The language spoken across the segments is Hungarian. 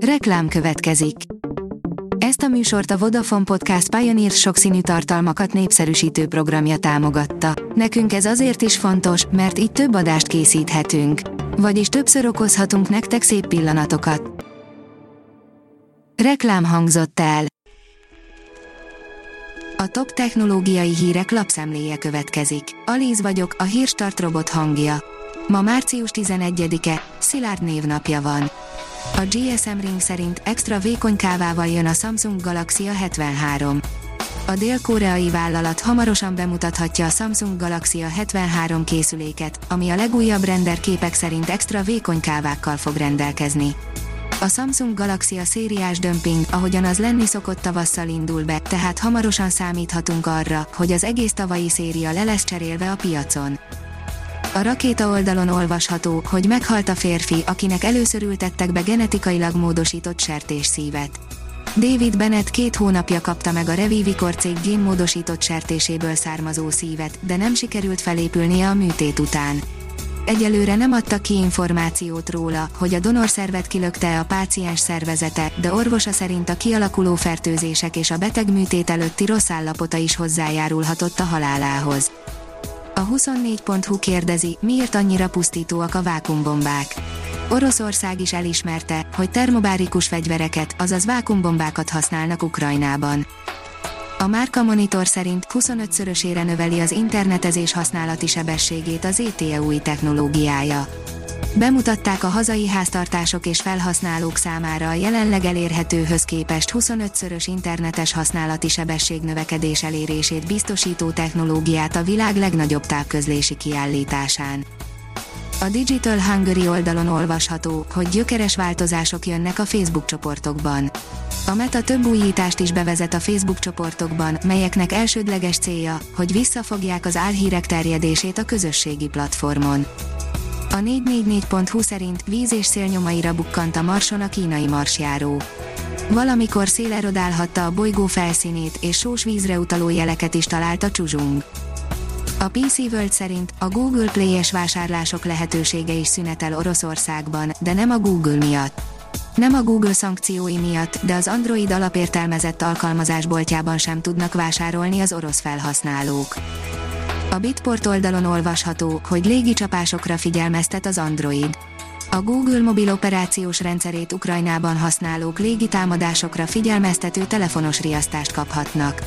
Reklám következik. Ezt a műsort a Vodafone Podcast Pioneer sokszínű tartalmakat népszerűsítő programja támogatta. Nekünk ez azért is fontos, mert így több adást készíthetünk. Vagyis többször okozhatunk nektek szép pillanatokat. Reklám hangzott el. A top technológiai hírek lapszemléje következik. Alíz vagyok, a Hírstart robot hangja. Ma március 11-e, Szilárd névnapja van. A GSM Ring szerint extra vékony kávával jön a Samsung Galaxy A73. A dél-koreai vállalat hamarosan bemutathatja a Samsung Galaxy A73 készüléket, ami a legújabb render képek szerint extra vékony kávákkal fog rendelkezni. A Samsung Galaxy A szériás dömping, ahogyan az lenni szokott, tavasszal indul be, tehát hamarosan számíthatunk arra, hogy az egész tavalyi széria le lesz cserélve a piacon. A Rakéta oldalon olvasható, hogy meghalt a férfi, akinek először ültettek be genetikailag módosított sertésszívet. David Bennett 2 hónapja kapta meg a Revivicor cég génmódosított sertéséből származó szívet, de nem sikerült felépülnie a műtét után. Egyelőre nem adtak ki információt róla, hogy a donorszervet kilökte a páciens szervezete, de orvosa szerint a kialakuló fertőzések és a beteg műtét előtti rossz állapota is hozzájárulhatott a halálához. A 24.hu kérdezi, miért annyira pusztítóak a vákuumbombák. Oroszország is elismerte, hogy termobárikus fegyvereket, azaz vákuumbombákat használnak Ukrajnában. A Márka Monitor szerint 25-szörösére növeli az internetezés használati sebességét az ZTE új technológiája. Bemutatták a hazai háztartások és felhasználók számára a jelenleg elérhetőhöz képest 25-szörös internetes használati sebességnövekedés elérését biztosító technológiát a világ legnagyobb távközlési kiállításán. A Digital Hungary oldalon olvasható, hogy gyökeres változások jönnek a Facebook csoportokban. A Meta több újítást is bevezet a Facebook csoportokban, melyeknek elsődleges célja, hogy visszafogják az álhírek terjedését a közösségi platformon. A 444.hu szerint víz és szél nyomaira bukkant a Marson a kínai marsjáró. Valamikor szél erodálhatta a bolygó felszínét, és sós vízre utaló jeleket is talált a Csuzsung. A PC World szerint a Google Play-es vásárlások lehetősége is szünetel Oroszországban, de nem a Google miatt. Nem a Google szankciói miatt, de az Android alapértelmezett alkalmazásboltjában sem tudnak vásárolni az orosz felhasználók. A Bitport oldalon olvasható, hogy légicsapásokra figyelmeztet az Android. A Google mobil operációs rendszerét Ukrajnában használók légitámadásokra figyelmeztető telefonos riasztást kaphatnak.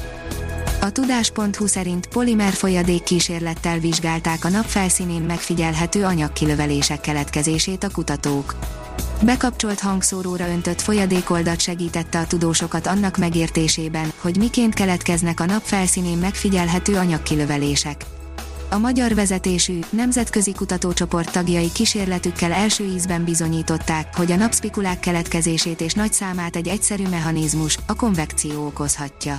A tudás.hu szerint polimer folyadék kísérlettel vizsgálták a nap felszínén megfigyelhető anyagkilövelések keletkezését a kutatók. Bekapcsolt hangszóróra öntött folyadékoldat segítette a tudósokat annak megértésében, hogy miként keletkeznek a nap felszínén megfigyelhető anyagkilövelések. A magyar vezetésű, nemzetközi kutatócsoport tagjai kísérletükkel első ízben bizonyították, hogy a napszpikulák keletkezését és nagy számát egy egyszerű mechanizmus, a konvekció okozhatja.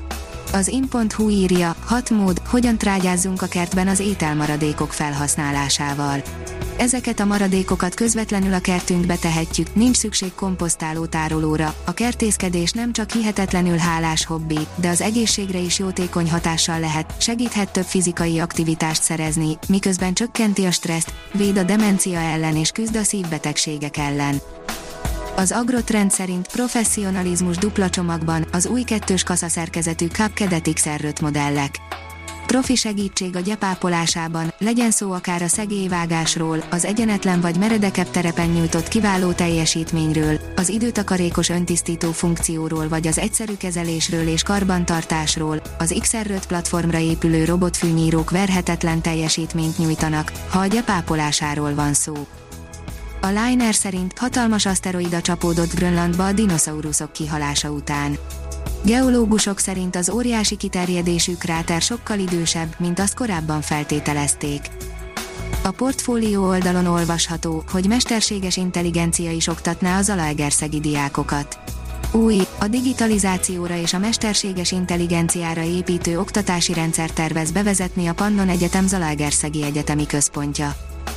Az in.hu írja, 6 mód, hogyan trágyázzunk a kertben az ételmaradékok felhasználásával. Ezeket a maradékokat közvetlenül a kertünkbe tehetjük, nincs szükség komposztáló tárolóra, a kertészkedés nem csak hihetetlenül hálás hobbi, de az egészségre is jótékony hatással lehet, segíthet több fizikai aktivitást szerezni, miközben csökkenti a stresszt, véd a demencia ellen és küzd a szívbetegségek ellen. Az Agrotrend szerint professzionalizmus dupla csomagban az új 2-s kaszaszerkezetű Cadet XR5 modellek. Profi segítség a gyepápolásában, legyen szó akár a szegélyvágásról, az egyenetlen vagy meredekebb terepen nyújtott kiváló teljesítményről, az időtakarékos öntisztító funkcióról vagy az egyszerű kezelésről és karbantartásról, az XR5 platformra épülő robotfűnyírók verhetetlen teljesítményt nyújtanak, ha a gyepápolásáról van szó. A Liner szerint hatalmas aszteroida csapódott Grönlandba a dinoszauruszok kihalása után. Geológusok szerint az óriási kiterjedésű kráter sokkal idősebb, mint azt korábban feltételezték. A Portfólió oldalon olvasható, hogy mesterséges intelligencia is oktatná a zalaegerszegi diákokat. Új, a digitalizációra és a mesterséges intelligenciára építő oktatási rendszer tervez bevezetni a Pannon Egyetem Zalaegerszegi Egyetemi Központja.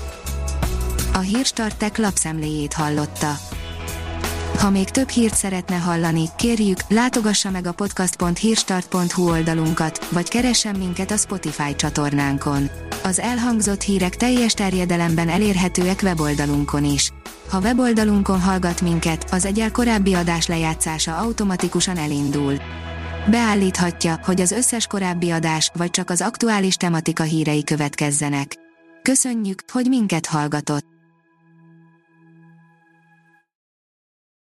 A Hírstart Tech lapszemléjét hallotta. Ha még több hírt szeretne hallani, kérjük, látogassa meg a podcast.hírstart.hu oldalunkat, vagy keressen minket a Spotify csatornánkon. Az elhangzott hírek teljes terjedelemben elérhetőek weboldalunkon is. Ha weboldalunkon hallgat minket, az egyel korábbi adás lejátszása automatikusan elindul. Beállíthatja, hogy az összes korábbi adás, vagy csak az aktuális tematika hírei következzenek. Köszönjük, hogy minket hallgatott!